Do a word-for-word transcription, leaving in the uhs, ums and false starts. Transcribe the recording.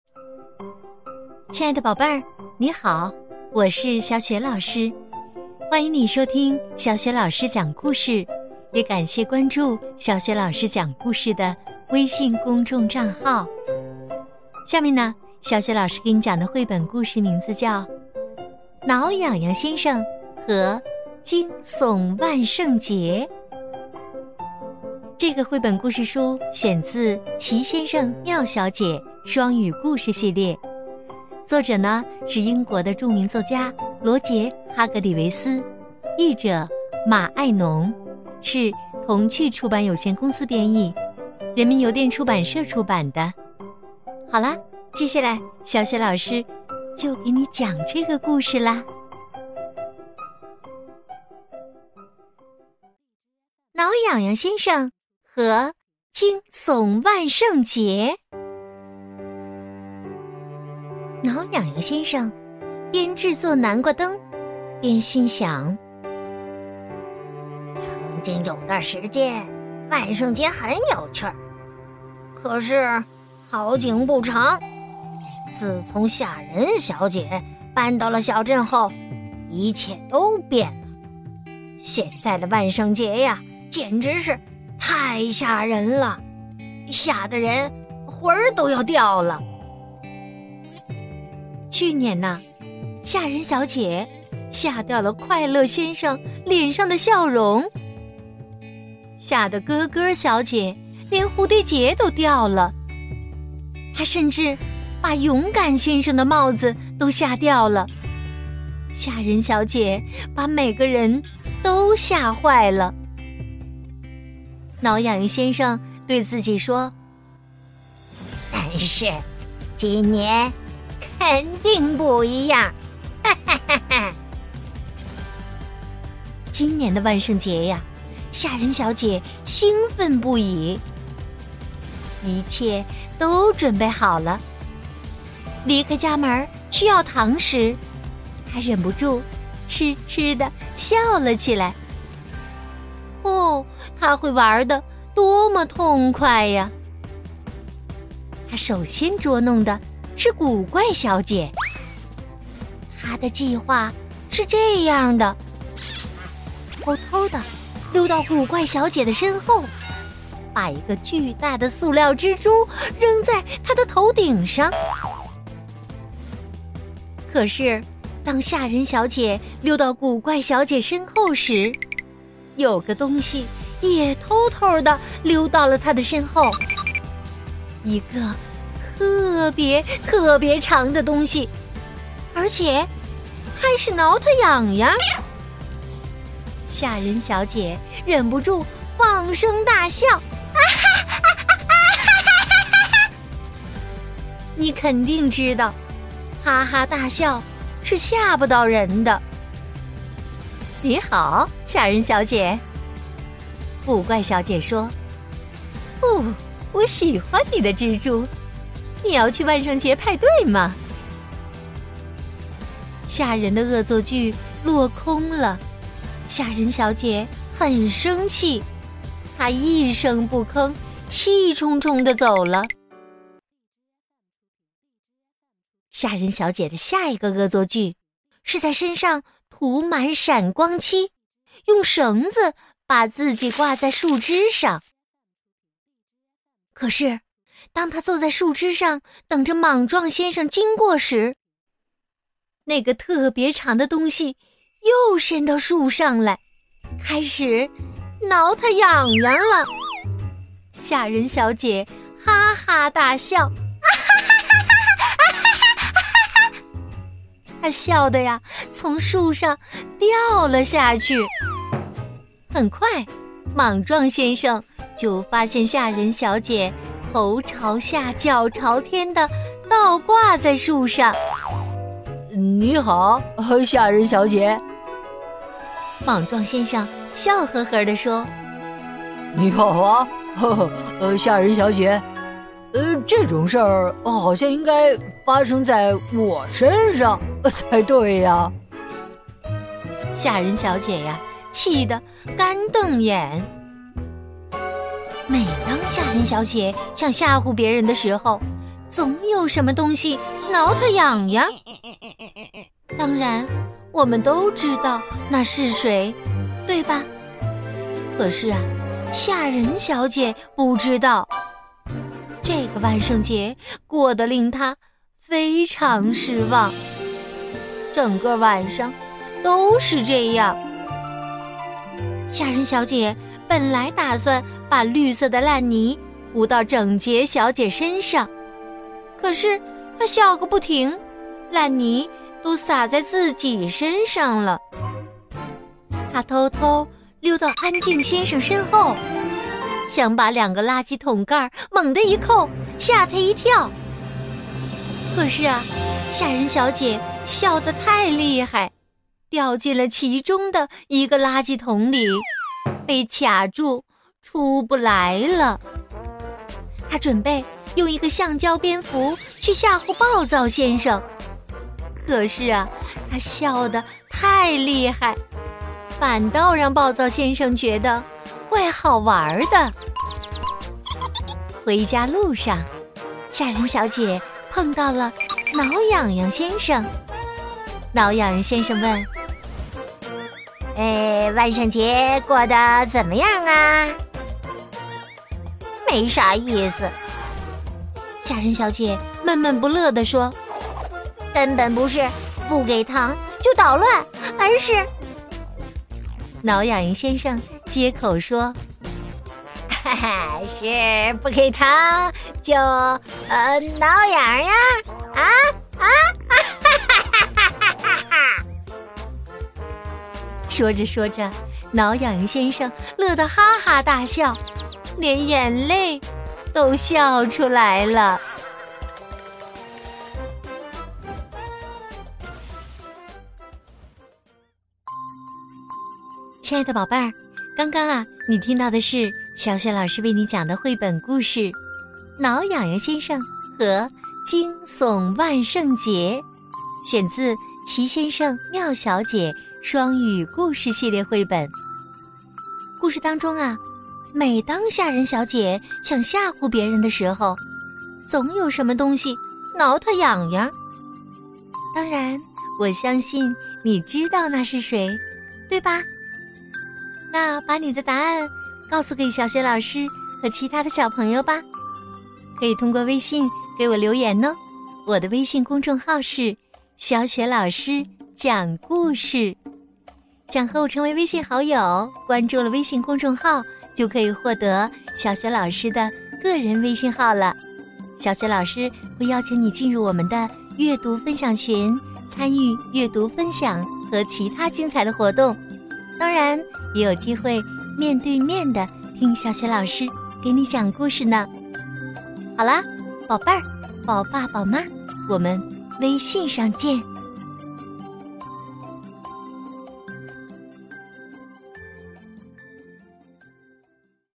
亲爱的宝贝儿，你好，我是小雪老师，欢迎你收听小雪老师讲故事，也感谢关注小雪老师讲故事的微信公众账号。下面呢，小雪老师给你讲的绘本故事名字叫《挠痒痒先生和惊悚万圣节》。这个绘本故事书选自《奇先生妙小姐》双语故事系列，作者呢是英国的著名作家罗杰·哈格里维斯，译者马爱农，是童趣出版有限公司编译，人民邮电出版社出版的。好啦，接下来小雪老师就给你讲这个故事啦。挠痒痒先生和惊悚万圣节。挠痒痒先生边制作南瓜灯，边心想： 曾经有段时间，万圣节很有趣儿。可是好景不长，自从吓人小姐搬到了小镇后，一切都变了。现在的万圣节呀，简直是太吓人了，吓得人魂儿都要掉了。 去年呢，吓人小姐吓掉了快乐先生脸上的笑容，吓得咯咯小姐连蝴蝶结都掉了，她甚至把勇敢先生的帽子都吓掉了。吓人小姐把每个人都吓坏了。挠痒痒先生对自己说： 但是今年肯定不一样，哈哈哈哈！ 今年的万圣节呀，吓人小姐兴奋不已，一切都准备好了。离开家门去要糖时，她忍不住痴痴地笑了起来。哦，她会玩得多么痛快呀！她首先捉弄的是古怪小姐，她的计划是这样的：偷偷地溜到古怪小姐的身后，把一个巨大的塑料蜘蛛扔在她的头顶上。可是当吓人小姐溜到古怪小姐身后时，有个东西也偷偷地溜到了她的身后，一个特别特别长的东西，而且还是挠她痒痒。吓人小姐忍不住放声大笑，啊哈啊哈啊哈！你肯定知道，哈哈大笑是吓不到人的。你好，吓人小姐。古怪小姐说：哦，我喜欢你的蜘蛛，你要去万圣节派对吗？吓人的恶作剧落空了，吓人小姐很生气，她一声不吭，气冲冲地走了。吓人小姐的下一个恶作剧是在身上涂满闪光漆，用绳子把自己挂在树枝上。可是当他坐在树枝上等着莽撞先生经过时，那个特别长的东西又伸到树上来，开始挠他痒痒了。吓人小姐哈哈大笑，她笑得呀从树上掉了下去。很快莽撞先生就发现吓人小姐头朝下脚朝天的倒挂在树上。 你好，吓人小姐。 莽撞先生笑呵呵地说： 你好啊，呵呵，呃，吓人小姐，呃，这种事儿好像应该发生在我身上才对呀。 吓人小姐呀，气得干瞪眼。每当吓人小姐想吓唬别人的时候， 总有什么东西挠它痒痒。当然，我们都知道那是谁，对吧？可是啊，吓人小姐不知道。这个万圣节过得令她非常失望，整个晚上都是这样。吓人小姐本来打算把绿色的烂泥糊到整洁小姐身上，可是她笑个不停，烂泥都洒在自己身上了。她偷偷溜到安静先生身后，想把两个垃圾桶盖猛地一扣，吓他一跳。可是啊，吓人小姐笑得太厉害，掉进了其中的一个垃圾桶里，被卡住出不来了。她准备用一个橡胶蝙蝠去吓唬暴躁先生，可是啊，她笑得太厉害，反倒让暴躁先生觉得怪好玩的。回家路上，吓人小姐碰到了挠痒痒先生。挠痒痒先生问： 哎，万圣节过得怎么样啊？没啥意思。 吓人小姐闷闷不乐地说： 根本不是不给糖就捣乱，而是…… 挠痒痒先生接口说： 哈哈，是不给糖就呃挠痒痒啊啊啊！哈哈哈哈哈哈！ 说着说着，挠痒痒先生乐得哈哈大笑，连眼泪都笑出来了。亲爱的宝贝儿，刚刚啊，你听到的是小雪老师为你讲的绘本故事《挠痒痒先生和惊悚万圣节》，选自《奇先生妙小姐》双语故事系列绘本。故事当中啊，每当吓人小姐想吓唬别人的时候，总有什么东西挠她痒痒。当然，我相信你知道那是谁，对吧？那把你的答案告诉给小雪老师和其他的小朋友吧，可以通过微信给我留言哦。我的微信公众号是小雪老师讲故事。想和我成为微信好友，关注了微信公众号，就可以获得小雪老师的个人微信号了。小雪老师会邀请你进入我们的阅读分享群，参与阅读分享和其他精彩的活动。当然也有机会面对面的听小雪老师给你讲故事呢。好啦，宝贝儿，宝爸宝妈，我们微信上见。